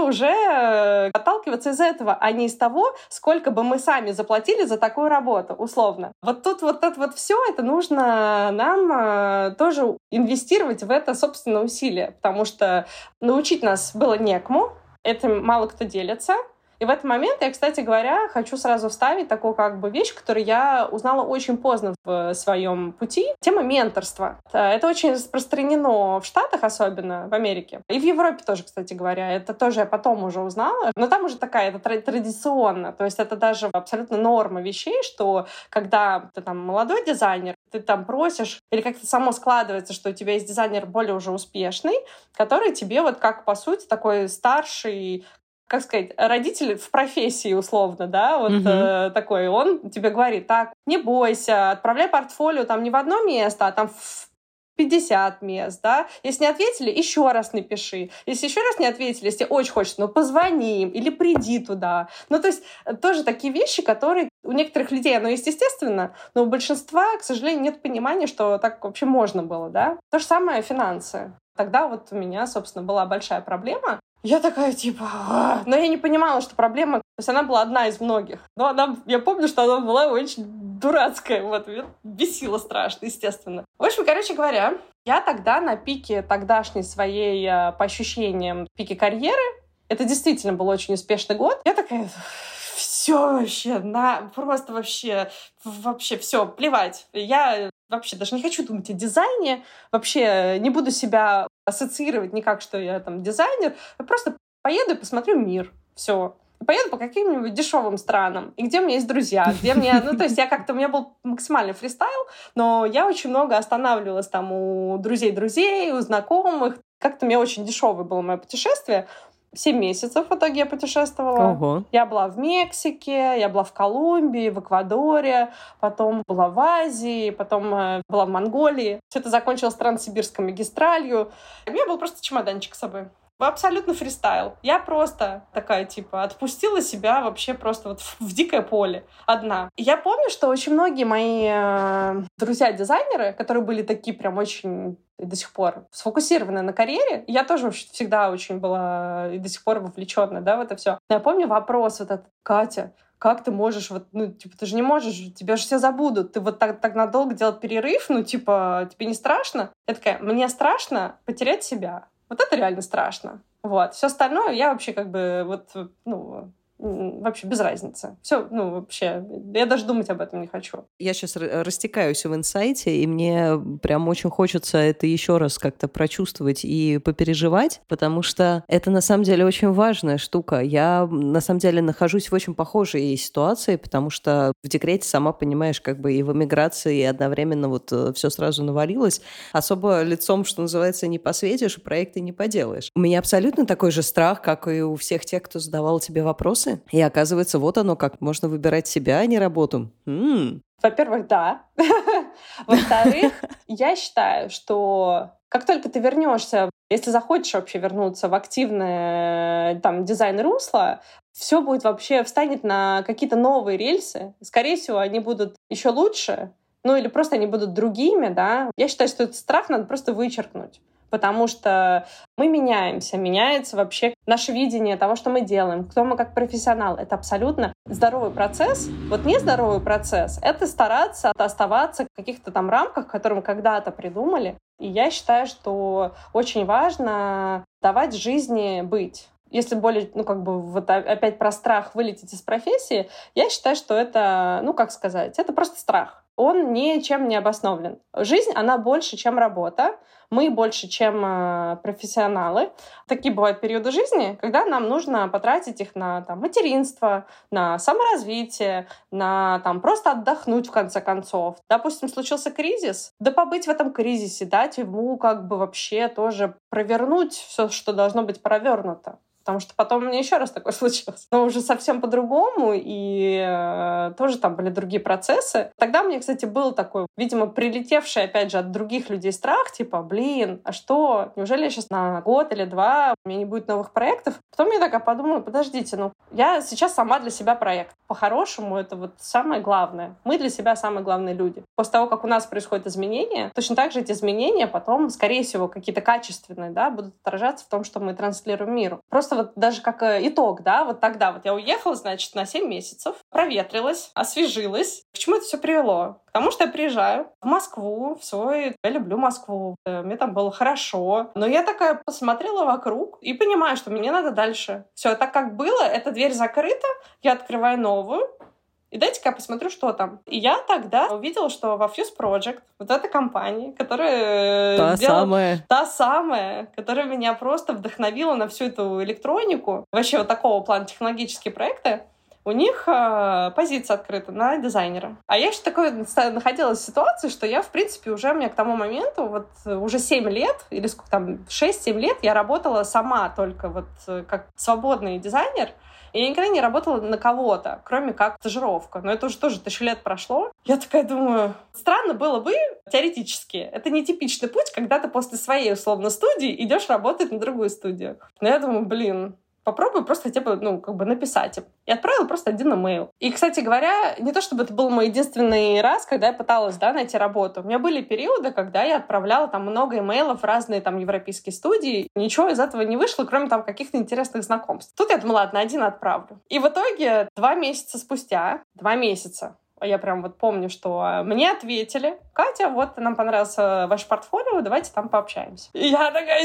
уже отталкиваться из этого, а не из того, сколько бы мы сами заплатили за такую работу, условно. Вот тут вот это вот все, это нужно нам тоже инвестировать в это собственное усилие, потому что научить нас было некому, этим мало кто делится. И в этот момент я, кстати говоря, хочу сразу вставить такую как бы вещь, которую я узнала очень поздно в своем пути. Тема менторства. Это очень распространено в Штатах, особенно в Америке. И в Европе тоже, кстати говоря. Это тоже я потом уже узнала. Но там уже такая, это традиционно. То есть это даже абсолютно норма вещей, что когда ты там молодой дизайнер, ты там просишь, или как-то само складывается, что у тебя есть дизайнер более уже успешный, который тебе вот как, по сути, такой старший как сказать, родитель в профессии условно, да, вот такой, он тебе говорит, так, не бойся, отправляй портфолио там не в одно место, а там в 50 мест, да. Если не ответили, еще раз напиши. Если еще раз не ответили, если очень хочется, ну, позвони им или приди туда. Ну, то есть тоже такие вещи, которые у некоторых людей, оно есть естественно, но у большинства, к сожалению, нет понимания, что так вообще можно было, да. То же самое финансы. Тогда вот у меня, собственно, была большая проблема. Я такая, типа... Но я не понимала, что проблема... То есть она была одна из многих. Но я помню, что она была очень дурацкая. Вот, меня бесило страшно, естественно. В общем, короче говоря, я тогда на пике тогдашней своей, по ощущениям, пике карьеры, это действительно был очень успешный год, я такая... Все вообще, просто вообще все, плевать. Я вообще даже не хочу думать о дизайне, вообще не буду себя ассоциировать никак, что я там дизайнер. Я просто поеду и посмотрю мир. Все. Поеду по каким-нибудь дешевым странам, и где у меня есть друзья, где мне... Ну, то есть у меня был максимальный фристайл, но я очень много останавливалась там у друзей, у знакомых. Как-то у меня очень дешевое было мое путешествие. 7 месяцев в итоге я путешествовала. Ого. Я была в Мексике, я была в Колумбии, в Эквадоре, потом была в Азии, потом была в Монголии. Все это закончилось Транссибирской магистралью. У меня был просто чемоданчик с собой. Абсолютно фристайл. Я просто такая, типа, отпустила себя вообще просто вот в дикое поле одна. И я помню, что очень многие мои друзья-дизайнеры, которые были такие прям очень и до сих пор сфокусированы на карьере, я тоже всегда очень была и до сих пор вовлеченная, да, в это все. Но я помню вопрос вот этот: Катя, как ты можешь, вот, ну, типа, ты же не можешь, тебя же все забудут, ты вот так надолго делать перерыв, ну, типа, тебе не страшно? Я такая, мне страшно потерять себя. Вот это реально страшно. Вот. Все остальное я вообще как бы вот, ну, вообще без разницы. Все, ну, вообще, я даже думать об этом не хочу. Я сейчас растекаюсь в инсайте, и мне прям очень хочется это еще раз как-то прочувствовать и попереживать, потому что это на самом деле очень важная штука. Я на самом деле нахожусь в очень похожей ситуации, потому что в декрете, сама понимаешь, как бы и в эмиграции, и одновременно вот все сразу навалилось. Особо лицом, что называется, не посветишь, проекты не поделаешь. У меня абсолютно такой же страх, как и у всех тех, кто задавал тебе вопросы. И оказывается, вот оно как. Можно выбирать себя, а не работу. Во-первых, да. Во-вторых, я считаю, что как только ты вернешься, если захочешь вообще вернуться в активное там дизайн-русло, все будет вообще, встанет на какие-то новые рельсы. Скорее всего, они будут еще лучше, ну или просто они будут другими, да. Я считаю, что этот страх надо просто вычеркнуть. Потому что мы меняемся, меняется вообще наше видение того, что мы делаем, кто мы как профессионал. Это абсолютно здоровый процесс. Вот нездоровый процесс — это стараться оставаться в каких-то там рамках, которые мы когда-то придумали. И я считаю, что очень важно давать жизни быть. Если более, ну, как бы, вот опять про страх вылететь из профессии, я считаю, что это, ну, как сказать, это просто страх. Он ничем не обосновлен. Жизнь, она больше, чем работа. Мы больше, чем профессионалы. Такие бывают периоды жизни, когда нам нужно потратить их на там, материнство, на саморазвитие, на там, просто отдохнуть, в конце концов. Допустим, случился кризис, да побыть в этом кризисе, дать ему как бы вообще тоже провернуть все, что должно быть провернуто. Потому что потом у меня еще раз такое случилось. Но уже совсем по-другому, и тоже там были другие процессы. Тогда у меня, кстати, был такой, видимо, прилетевший, опять же, от других людей страх, типа, блин, а что, неужели я сейчас на год или два, у меня не будет новых проектов? Потом я такая подумала, подождите, ну, я сейчас сама для себя проект. По-хорошему, это вот самое главное. Мы для себя самые главные люди. После того, как у нас происходят изменения, точно так же эти изменения потом, скорее всего, какие-то качественные, да, будут отражаться в том, что мы транслируем миру. Просто вот даже как итог, да, вот тогда вот я уехала, значит, на 7 месяцев, проветрилась, освежилась. К чему это все привело? Потому что я приезжаю в Москву, я люблю Москву, мне там было хорошо. Но я такая посмотрела вокруг и понимаю, что мне надо дальше. Все, так как было, эта дверь закрыта, я открываю новую, и дайте-ка я посмотрю, что там. И я тогда увидела, что во Fuse Project, вот эта компания, которая та самая, которая меня просто вдохновила на всю эту электронику, вообще вот такого плана технологические проекты, у них позиция открыта на дизайнера. А я еще такой находилась в ситуации, что я, в принципе, у меня к тому моменту, вот уже 7 лет, или сколько там, 6-7 лет я работала сама только вот как свободный дизайнер. И я никогда не работала на кого-то, кроме как стажировка. Но это уже тоже 1000 лет прошло. Я такая думаю, странно было бы теоретически. Это нетипичный путь, когда ты после своей, условно, студии идешь работать на другую студию. Но я думаю, попробуй просто хотя бы, написать им. И отправила просто один имейл. И, кстати говоря, не то чтобы это был мой единственный раз, когда я пыталась, найти работу. У меня были периоды, когда я отправляла там много имейлов в разные там европейские студии. Ничего из этого не вышло, кроме там каких-то интересных знакомств. Тут я думала, ладно, один отправлю. И в итоге 2 месяца спустя, 2 месяца, я прям вот помню, что мне ответили: Катя, вот нам понравился ваше портфолио, давайте там пообщаемся. И я такая,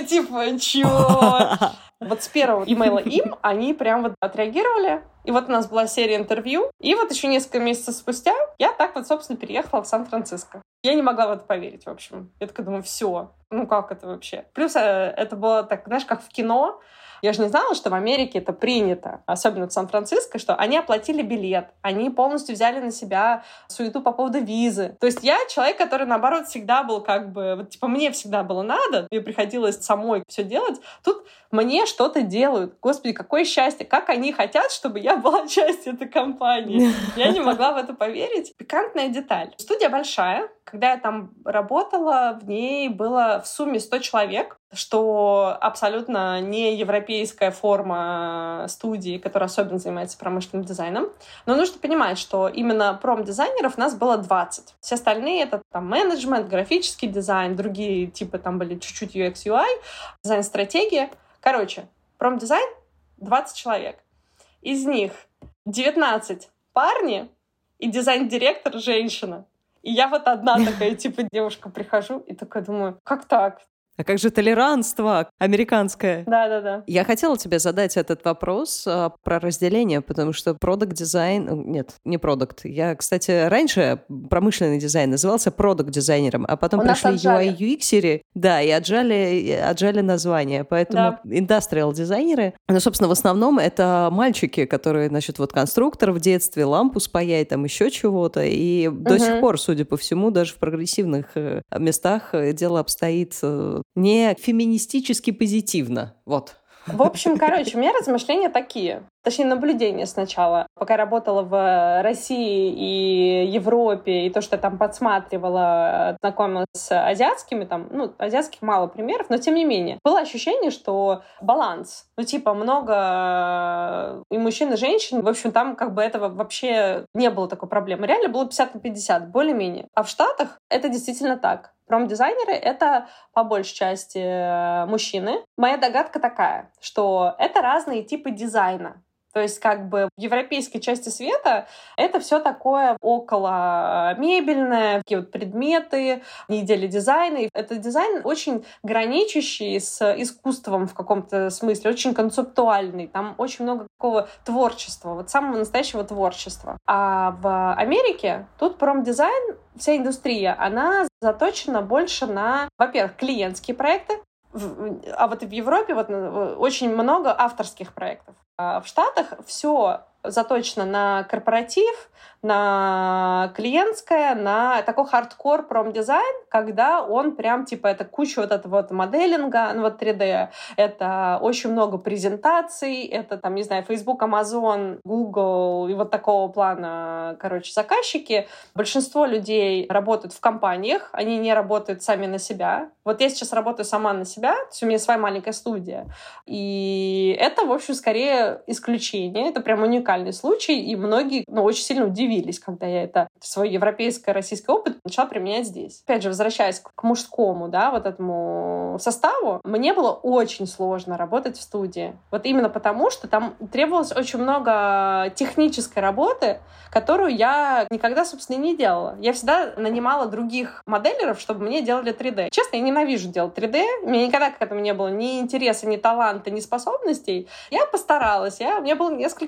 чё? Вот с первого имейла им они прям вот отреагировали. И вот у нас была серия интервью. И вот еще несколько месяцев спустя я так вот, собственно, переехала в Сан-Франциско. Я не могла в это поверить, в общем. Я такая думаю, все. Как это вообще? Плюс это было так, знаешь, как в кино. Я же не знала, что в Америке это принято, особенно в Сан-Франциско, что они оплатили билет, они полностью взяли на себя суету по поводу визы. То есть я человек, который, наоборот, всегда был мне всегда было надо, мне приходилось самой все делать. Тут мне что-то делают. Господи, какое счастье! Как они хотят, чтобы я была частью этой компании. Я не могла в это поверить. Пикантная деталь. Студия большая. Когда я там работала, в ней было в сумме 100 человек, что абсолютно не европейская форма студии, которая особенно занимается промышленным дизайном. Но нужно понимать, что именно промдизайнеров нас было 20. Все остальные — это там менеджмент, графический дизайн, другие типы там были чуть-чуть UX, UI, дизайн-стратегия. Промдизайн — 20 человек. Из них 19 парни и дизайн-директор — женщина. И я вот одна такая, девушка, прихожу и такая думаю, как так? А как же толерантство американское? Да. Я хотела тебе задать этот вопрос про разделение, потому что продакт-дизайн... Нет, не продакт. Я, кстати, раньше промышленный дизайн назывался продакт-дизайнером, а потом пришли UI, UX-еры, да, и отжали название. Поэтому индастриал-дизайнеры, собственно, в основном это мальчики, которые, конструктор в детстве, лампу спаяет, там еще чего-то. И до сих пор, судя по всему, даже в прогрессивных местах дело обстоит не феминистически позитивно. Вот. В общем, у меня размышления такие. Точнее, наблюдения сначала. Пока я работала в России и Европе, и то, что я там подсматривала, знакомилась с азиатскими, азиатских мало примеров, но тем не менее. Было ощущение, что баланс. Много и мужчин, и женщин. В общем, там этого вообще не было такой проблемы. Реально было 50/50, более-менее. А в Штатах это действительно так. Промдизайнеры — это по большей части мужчины. Моя догадка такая, что это разные типы дизайна. То есть в европейской части света это все такое около мебельное, такие вот предметы, недели дизайна. Это дизайн очень граничащий с искусством в каком-то смысле, очень концептуальный. Там очень много такого творчества, самого настоящего творчества. А в Америке тут промдизайн, вся индустрия, она заточена больше на, во-первых, клиентские проекты, а вот в Европе очень много авторских проектов. А в Штатах все заточено на корпоратив, на клиентское, на такой хардкор промдизайн, когда он прям это куча этого моделинга, 3D, это очень много презентаций, это Facebook, Amazon, Google и такого плана, заказчики. Большинство людей работают в компаниях, они не работают сами на себя. Вот я сейчас работаю сама на себя, то есть у меня своя маленькая студия. И это, в общем, скорее исключение, это прям уникальный случай, и многие очень сильно удивились, когда я свой европейско-российский опыт начала применять здесь. Опять же, возвращаясь к мужскому, этому составу, мне было очень сложно работать в студии. Именно потому, что там требовалось очень много технической работы, которую я никогда, собственно, не делала. Я всегда нанимала других моделеров, чтобы мне делали 3D. Честно, я ненавижу делать 3D. У меня никогда к этому не было ни интереса, ни таланта, ни способностей. Я постаралась. У меня было несколько попыток.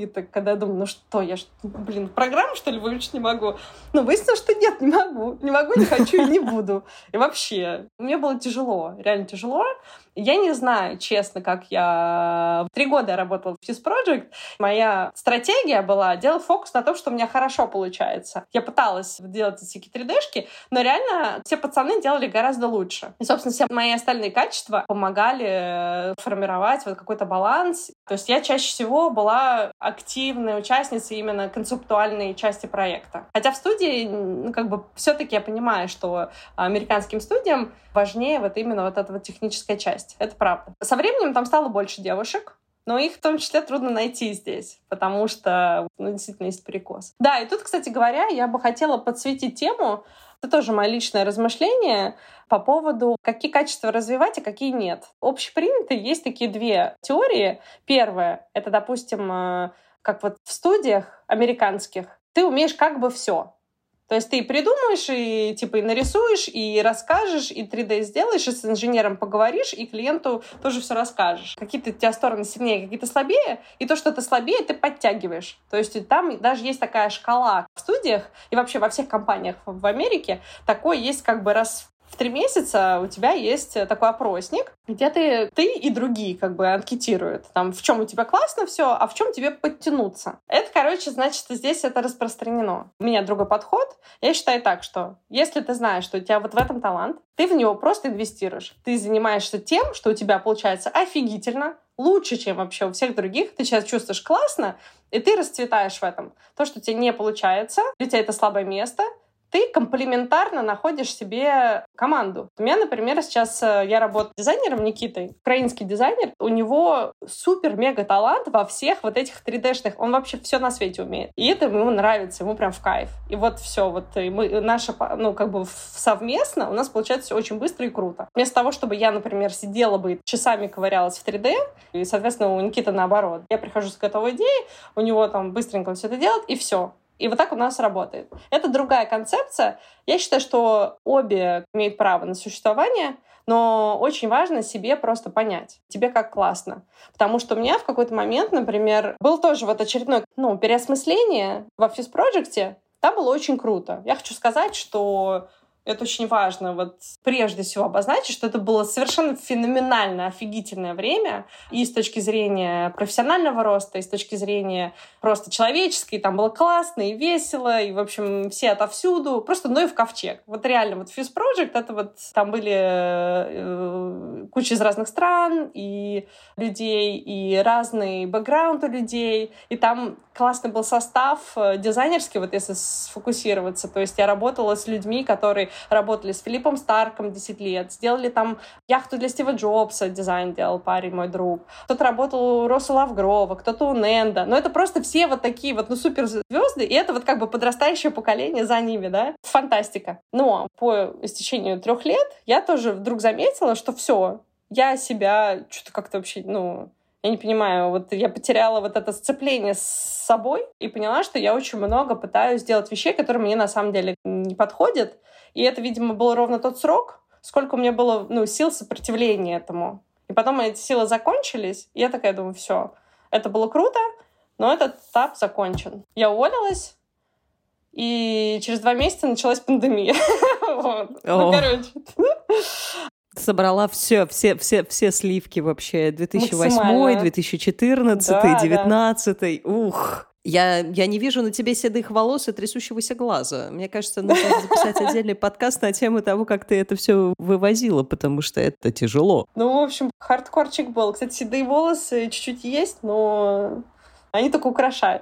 избыток, когда я думаю, ну что, я программу, что ли, выучить не могу? Но выяснилось, что нет, не могу. Не могу, не хочу и не буду. И вообще, мне было тяжело, реально тяжело. Я не знаю, честно, как я... 3 года я работала в Fuse Project. Моя стратегия была делать фокус на том, что у меня хорошо получается. Я пыталась делать всякие 3D-шки, но реально все пацаны делали гораздо лучше. И, собственно, все мои остальные качества помогали формировать вот какой-то баланс. То есть я чаще всего была активной участницей именно концептуальной части проекта. Хотя в студии, все-таки я понимаю, что американским студиям важнее вот именно вот эта вот техническая часть. Это правда. Со временем там стало больше девушек, но их в том числе трудно найти здесь, потому что действительно есть перекос. Да, и тут, кстати говоря, я бы хотела подсветить тему, это тоже мое личное размышление по поводу, какие качества развивать, а какие нет. Общепринятые есть такие 2 теории. Первая — это, допустим, как вот в студиях американских, ты умеешь как бы все. То есть ты придумаешь, и и нарисуешь, и расскажешь, и 3D сделаешь, и с инженером поговоришь, и клиенту тоже все расскажешь. Какие-то у тебя стороны сильнее, какие-то слабее, и то, что ты слабее, ты подтягиваешь. То есть там даже есть такая шкала в студиях, и вообще во всех компаниях в Америке такой есть раз в 3 месяца у тебя есть такой опросник, где ты и другие анкетируют. Там, в чем у тебя классно все, а в чем тебе подтянуться. Это, значит, здесь это распространено. У меня другой подход. Я считаю так, что если ты знаешь, что у тебя вот в этом талант, ты в него просто инвестируешь. Ты занимаешься тем, что у тебя получается офигительно, лучше, чем вообще у всех других. Ты сейчас чувствуешь классно, и ты расцветаешь в этом. То, что у тебя не получается, для тебя это слабое место, ты комплементарно находишь себе команду. У меня, например, сейчас я работаю дизайнером Никитой, украинский дизайнер. У него супер-мега-талант во всех вот этих 3D-шных. Он вообще все на свете умеет. И это ему нравится, ему прям в кайф. И вот все, и мы, наше, совместно у нас получается все очень быстро и круто. Вместо того, чтобы я, например, сидела бы и часами ковырялась в 3D, и, соответственно, у Никиты наоборот. Я прихожу с готовой идеей, у него там быстренько все это делает, и все. И вот так у нас работает. Это другая концепция. Я считаю, что обе имеют право на существование, но очень важно себе просто понять, тебе как классно. Потому что у меня в какой-то момент, например, был тоже вот очередное переосмысление во Fuse Project. Там было очень круто. Я хочу сказать, что это очень важно прежде всего обозначить, что это было совершенно феноменально офигительное время и с точки зрения профессионального роста, и с точки зрения просто человеческой. Там было классно и весело, и, в общем, все отовсюду. Просто в ковчег. Реально, Fuse Project, это там были куча из разных стран, и людей, и разный бэкграунд у людей, и там классный был состав дизайнерский, если сфокусироваться. То есть я работала с людьми, которые работали с Филиппом Старком 10 лет, сделали там яхту для Стива Джобса, дизайн делал парень, мой друг. Кто-то работал у Росса Лавгрова, кто-то у Ненда. Но это просто все такие суперзвезды, и это подрастающее поколение за ними, да? Фантастика. Но по истечению 3 лет я тоже вдруг заметила, что все, я себя что-то как-то вообще, я не понимаю, я потеряла это сцепление с собой и поняла, что я очень много пытаюсь сделать вещей, которые мне на самом деле не подходят. И это, видимо, был ровно тот срок, сколько у меня было сил сопротивления этому. И потом эти силы закончились, и я такая думаю, все, это было круто, но этот этап закончен. Я уволилась, и через 2 месяца началась пандемия. Собрала все сливки вообще. 2008, 2014, 2019. Ух! Я не вижу на тебе седых волос и трясущегося глаза. Мне кажется, нужно записать отдельный подкаст на тему того, как ты это все вывозила, потому что это тяжело. В общем, хардкорчик был. Кстати, седые волосы чуть-чуть есть, но они только украшают.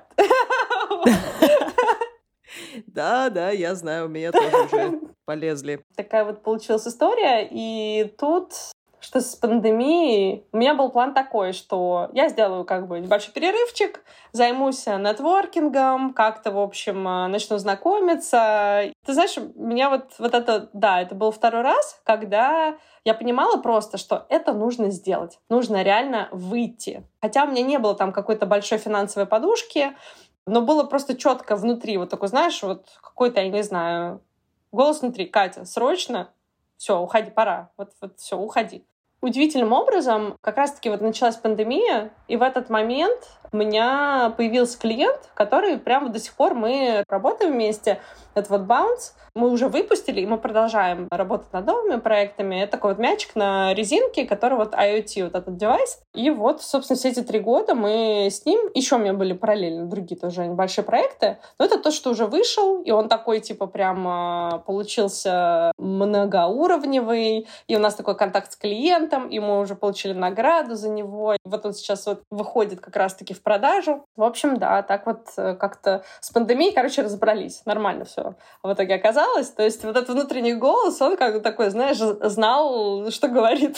Да, я знаю, у меня тоже уже полезли. Такая получилась история, и тут, что с пандемией, у меня был план такой, что я сделаю небольшой перерывчик, займусь нетворкингом, как-то, в общем, начну знакомиться. Ты знаешь, меня это был 2-й раз, когда я понимала просто, что это нужно сделать, нужно реально выйти. Хотя у меня не было там какой-то большой финансовой подушки, но было просто четко внутри, такой, знаешь, какой-то, я не знаю, голос внутри: Катя, срочно, все, уходи, пора, все, уходи. Удивительным образом, как раз-таки началась пандемия, И в этот момент у меня появился клиент, который прямо до сих пор мы работаем вместе. Это вот Bounce. Мы уже выпустили, и мы продолжаем работать над новыми проектами. Это такой вот мячик на резинке, который вот IoT, вот этот девайс. И вот, собственно, все эти 3 года мы с ним... Еще у меня были параллельно другие тоже небольшие проекты. Но это то, что уже вышел, и он такой, типа, прям получился многоуровневый. И у нас такой контакт с клиентом, и мы уже получили награду за него. И вот он сейчас вот выходит как раз-таки в продажу. В общем, да, так вот как-то с пандемией, короче, разобрались. Нормально все в итоге оказалось. То есть вот этот внутренний голос, он как бы такой, знаешь, знал, что говорит.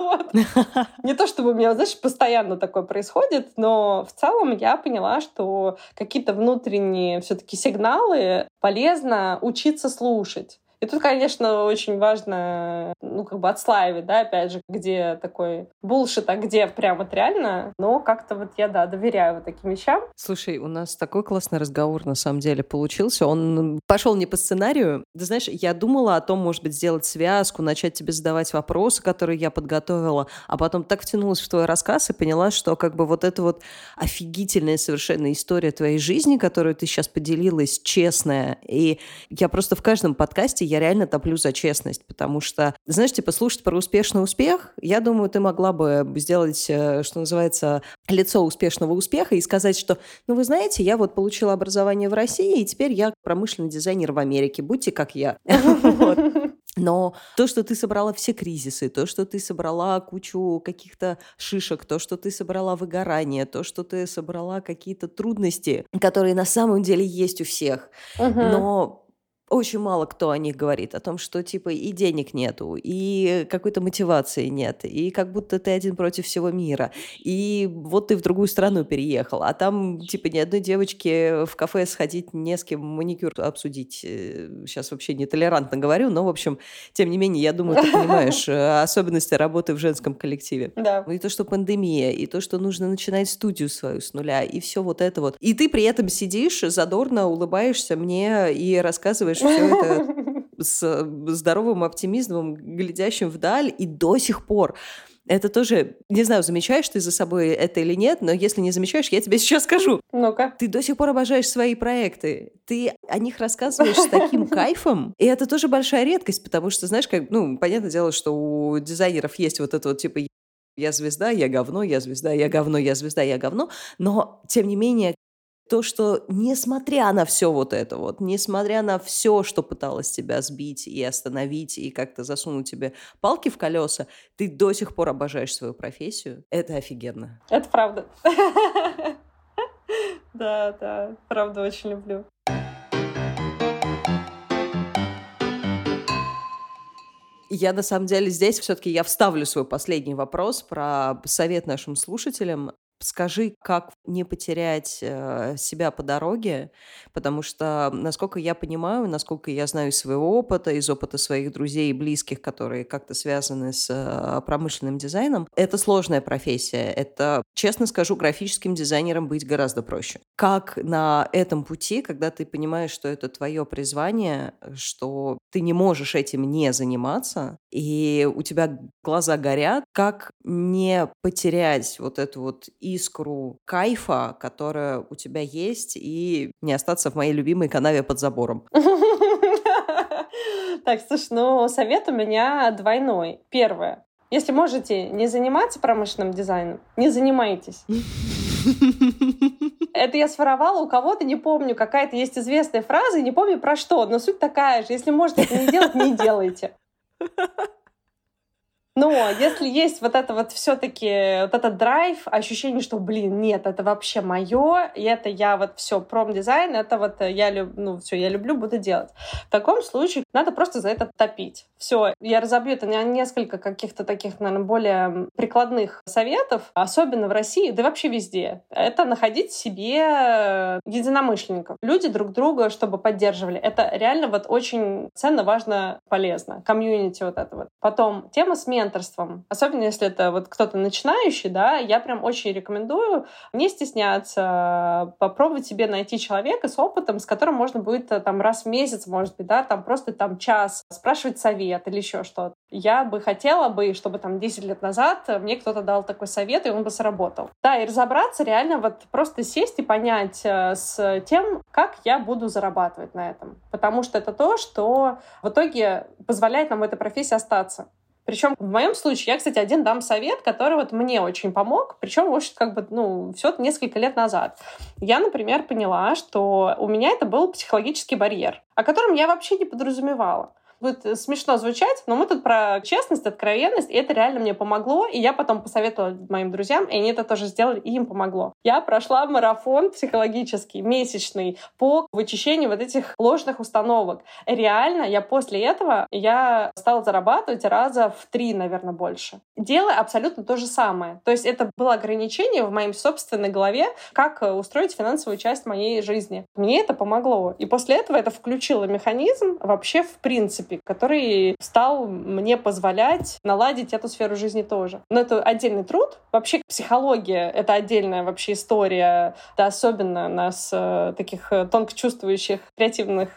Не то чтобы у меня, знаешь, постоянно такое происходит, но в целом я поняла, что какие-то внутренние все-таки сигналы полезно учиться слушать. И тут, конечно, очень важно, отслаивать, да, опять же, где такой булшит, а где прям вот реально. Но как-то вот я, доверяю вот таким вещам. Слушай, у нас такой классный разговор, на самом деле, получился. Он пошел не по сценарию. Ты знаешь, я думала о том, может быть, сделать связку, начать тебе задавать вопросы, которые я подготовила, а потом так втянулась в твой рассказ и поняла, что как бы вот эта вот офигительная совершенно история твоей жизни, которую ты сейчас поделилась, честная. И я просто в каждом подкасте я реально топлю за честность, потому что, знаешь, слушать про успешный успех, я думаю, ты могла бы сделать, что называется, лицо успешного успеха и сказать, что, вы знаете, я вот получила образование в России, и теперь я промышленный дизайнер в Америке, будьте как я. Но то, что ты собрала все кризисы, то, что ты собрала кучу каких-то шишек, то, что ты собрала выгорание, то, что ты собрала какие-то трудности, которые на самом деле есть у всех, но очень мало кто о них говорит, о том, что, и денег нету, и какой-то мотивации нет, и как будто ты один против всего мира, и вот ты в другую страну переехал, а там, ни одной девочке в кафе сходить, не с кем маникюр обсудить. Сейчас вообще нетолерантно говорю, но, в общем, тем не менее, я думаю, ты понимаешь особенности работы в женском коллективе. Да. И то, что пандемия, и то, что нужно начинать студию свою с нуля, и все вот это вот. И ты при этом сидишь, задорно улыбаешься мне и рассказываешь все это с здоровым оптимизмом, глядящим вдаль, и до сих пор. Это тоже, не знаю, замечаешь ты за собой это или нет, но если не замечаешь, я тебе сейчас скажу. Ну-ка. Ты до сих пор обожаешь свои проекты. Ты о них рассказываешь с таким кайфом. И это тоже большая редкость, потому что, знаешь, понятное дело, что у дизайнеров есть вот это вот я звезда, я говно, я звезда, я говно, я звезда, я говно. Но, тем не менее, то, что несмотря на все вот это вот, несмотря на все, что пыталось тебя сбить и остановить, и как-то засунуть тебе палки в колеса, ты до сих пор обожаешь свою профессию. Это офигенно. Это правда. Да, правда очень люблю. Я, на самом деле, здесь все-таки я вставлю свой последний вопрос про совет нашим слушателям. Скажи, как не потерять себя по дороге, потому что, насколько я понимаю, насколько я знаю из своего опыта, из опыта своих друзей и близких, которые как-то связаны с промышленным дизайном, это сложная профессия. Это, честно скажу, графическим дизайнером быть гораздо проще. Как на этом пути, когда ты понимаешь, что это твое призвание, что ты не можешь этим не заниматься, и у тебя глаза горят, как не потерять вот эту вот искру кайфа, которая у тебя есть, и не остаться в моей любимой канаве под забором. Так, слушай, совет у меня двойной. Первое. Если можете не заниматься промышленным дизайном, не занимайтесь. Это я своровала у кого-то, не помню, какая-то есть известная фраза, не помню про что, но суть такая же. Если можете это не делать, не делайте. Но если есть вот это вот все-таки вот этот драйв, ощущение, что, нет, это вообще мое, и это я вот все, промдизайн, это вот я люблю, буду делать. В таком случае надо просто за это топить. Все, я разобью это на несколько каких-то таких, наверное, более прикладных советов, особенно в России, да и вообще везде. Это находить себе единомышленников. Люди друг друга, чтобы поддерживали. Это реально вот очень ценно, важно, полезно. Комьюнити вот это вот. Потом тема смен менторством. Особенно если это вот кто-то начинающий, да, я прям очень рекомендую не стесняться, попробовать себе найти человека с опытом, с которым можно будет там раз в месяц, может быть, да, там просто там час спрашивать совет или еще что-то. Я бы хотела бы, чтобы там 10 лет назад мне кто-то дал такой совет, и он бы сработал. Да, и разобраться реально вот просто сесть и понять с тем, как я буду зарабатывать на этом. Потому что это то, что в итоге позволяет нам в этой профессии остаться. Причем в моем случае я, кстати, один дам совет, который вот мне очень помог, причем очень все это несколько лет назад. Я, например, поняла, что у меня это был психологический барьер, о котором я вообще не подразумевала. Будет смешно звучать, но мы тут про честность, откровенность, и это реально мне помогло, и я потом посоветовала моим друзьям, и они это тоже сделали, и им помогло. Я прошла марафон психологический, месячный, по вычищению вот этих ложных установок. Реально, я после этого стала зарабатывать раза в 3, наверное, больше. Делая абсолютно то же самое. То есть это было ограничение в моей собственной голове, как устроить финансовую часть моей жизни. Мне это помогло. И после этого это включило механизм вообще в принципе, который стал мне позволять наладить эту сферу жизни тоже. Но это отдельный труд. Вообще психология — это отдельная вообще история, да, особенно нас, таких тонко чувствующих, креативных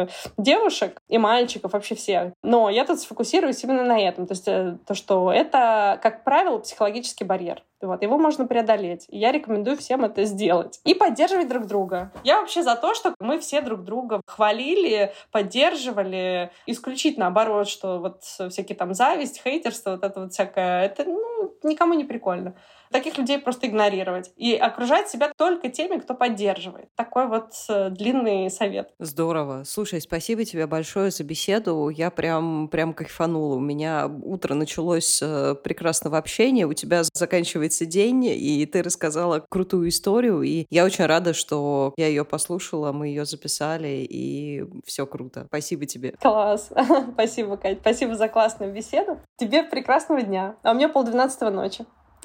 девушек и мальчиков, вообще всех. Но я тут сфокусируюсь именно на этом. То есть то, что это, как правило, психологический барьер. Вот, его можно преодолеть. И я рекомендую всем это сделать. И поддерживать друг друга. Я вообще за то, что мы все друг друга хвалили, поддерживали. Исключить наоборот, что вот всякие там зависть, хейтерство, вот это вот всякое, это никому не прикольно. Таких людей просто игнорировать. И окружать себя только теми, кто поддерживает. Такой вот длинный совет. Здорово. Слушай, спасибо тебе большое за беседу. Я прям кайфанула. У меня утро началось с прекрасного общения. У тебя заканчивается день, и ты рассказала крутую историю. И я очень рада, что я ее послушала, мы ее записали, и все круто. Спасибо тебе. Класс. Спасибо, Кать. Спасибо за классную беседу. Тебе прекрасного дня. А у меня 11:30 ночи.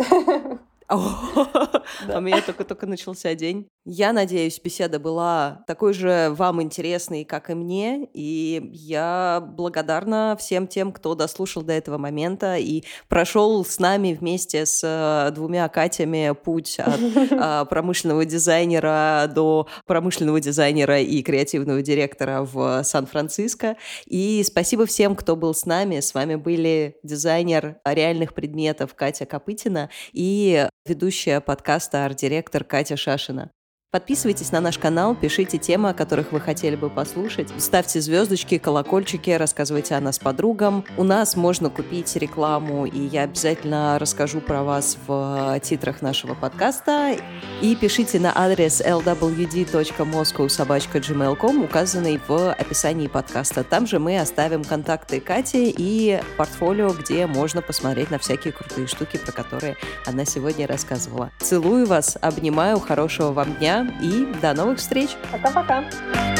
У меня только начался день. Я надеюсь, беседа была такой же вам интересной, как и мне, и я благодарна всем тем, кто дослушал до этого момента и прошел с нами вместе с 2 Катями путь от промышленного дизайнера до промышленного дизайнера и креативного директора в Сан-Франциско. И спасибо всем, кто был с нами. С вами были дизайнер реальных предметов Катя Копытина и ведущая подкаста арт-директор Катя Шашина. Подписывайтесь на наш канал, пишите темы, о которых вы хотели бы послушать, ставьте звездочки, колокольчики, рассказывайте о нас подругам. У нас можно купить рекламу, и я обязательно расскажу про вас в титрах нашего подкаста. И пишите на адрес lwd.moscow@gmail.com, указанный в описании подкаста. Там же мы оставим контакты Кати и портфолио, где можно посмотреть на всякие крутые штуки, про которые она сегодня рассказывала. Целую вас, обнимаю, хорошего вам дня и до новых встреч. Пока-пока.